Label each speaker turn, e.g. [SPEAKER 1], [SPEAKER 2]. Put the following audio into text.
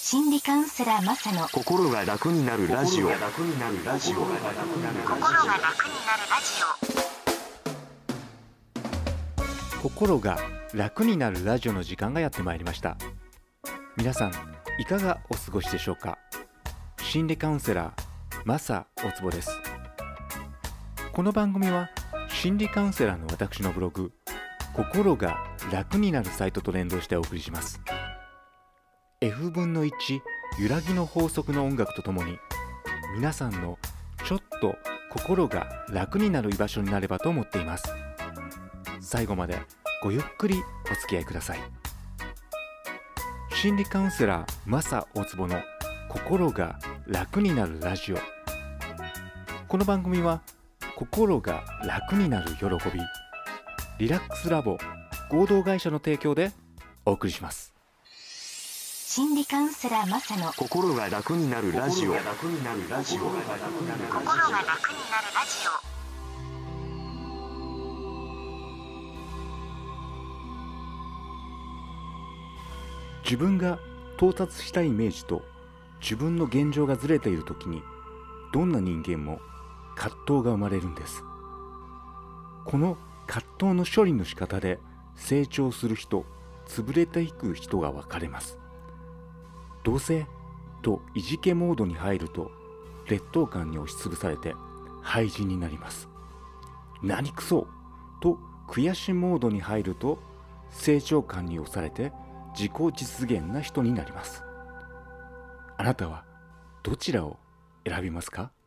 [SPEAKER 1] 心理カウンセラーマサの
[SPEAKER 2] 心が楽になるラジオ。
[SPEAKER 1] 心が楽になるラジ
[SPEAKER 3] 心が楽になるラジオの時間がやってまいりました。皆さんいかがお過ごしでしょうか。心理カウンセラーマサ大坪です。この番組は心理カウンセラーの私のブログ心が楽になるサイトと連動してお送りします。 F 分の1揺らぎの法則の音楽とともに皆さんのちょっと心が楽になる居場所になればと思っています。最後までごゆっくりお付き合いください。心理カウンセラーマサ大坪の心が楽になるラジオ。この番組は心が楽になる喜びリラックスラボ合同会社の提供でお送りします。
[SPEAKER 1] 心理カウンセラーマサの
[SPEAKER 2] 心が楽になるラジオ。
[SPEAKER 1] 心が楽になるラジオ。
[SPEAKER 3] 自分が到達したいイメージと自分の現状がずれているときにどんな人間も葛藤が生まれるんです。この葛藤の処理の仕方で成長する人、潰れていく人が分かれます。どうせといじけモードに入ると劣等感に押しつぶされて廃人になります。何くそと悔しモードに入ると成長感に押されて自己実現な人になります。あなたはどちらを選びますか？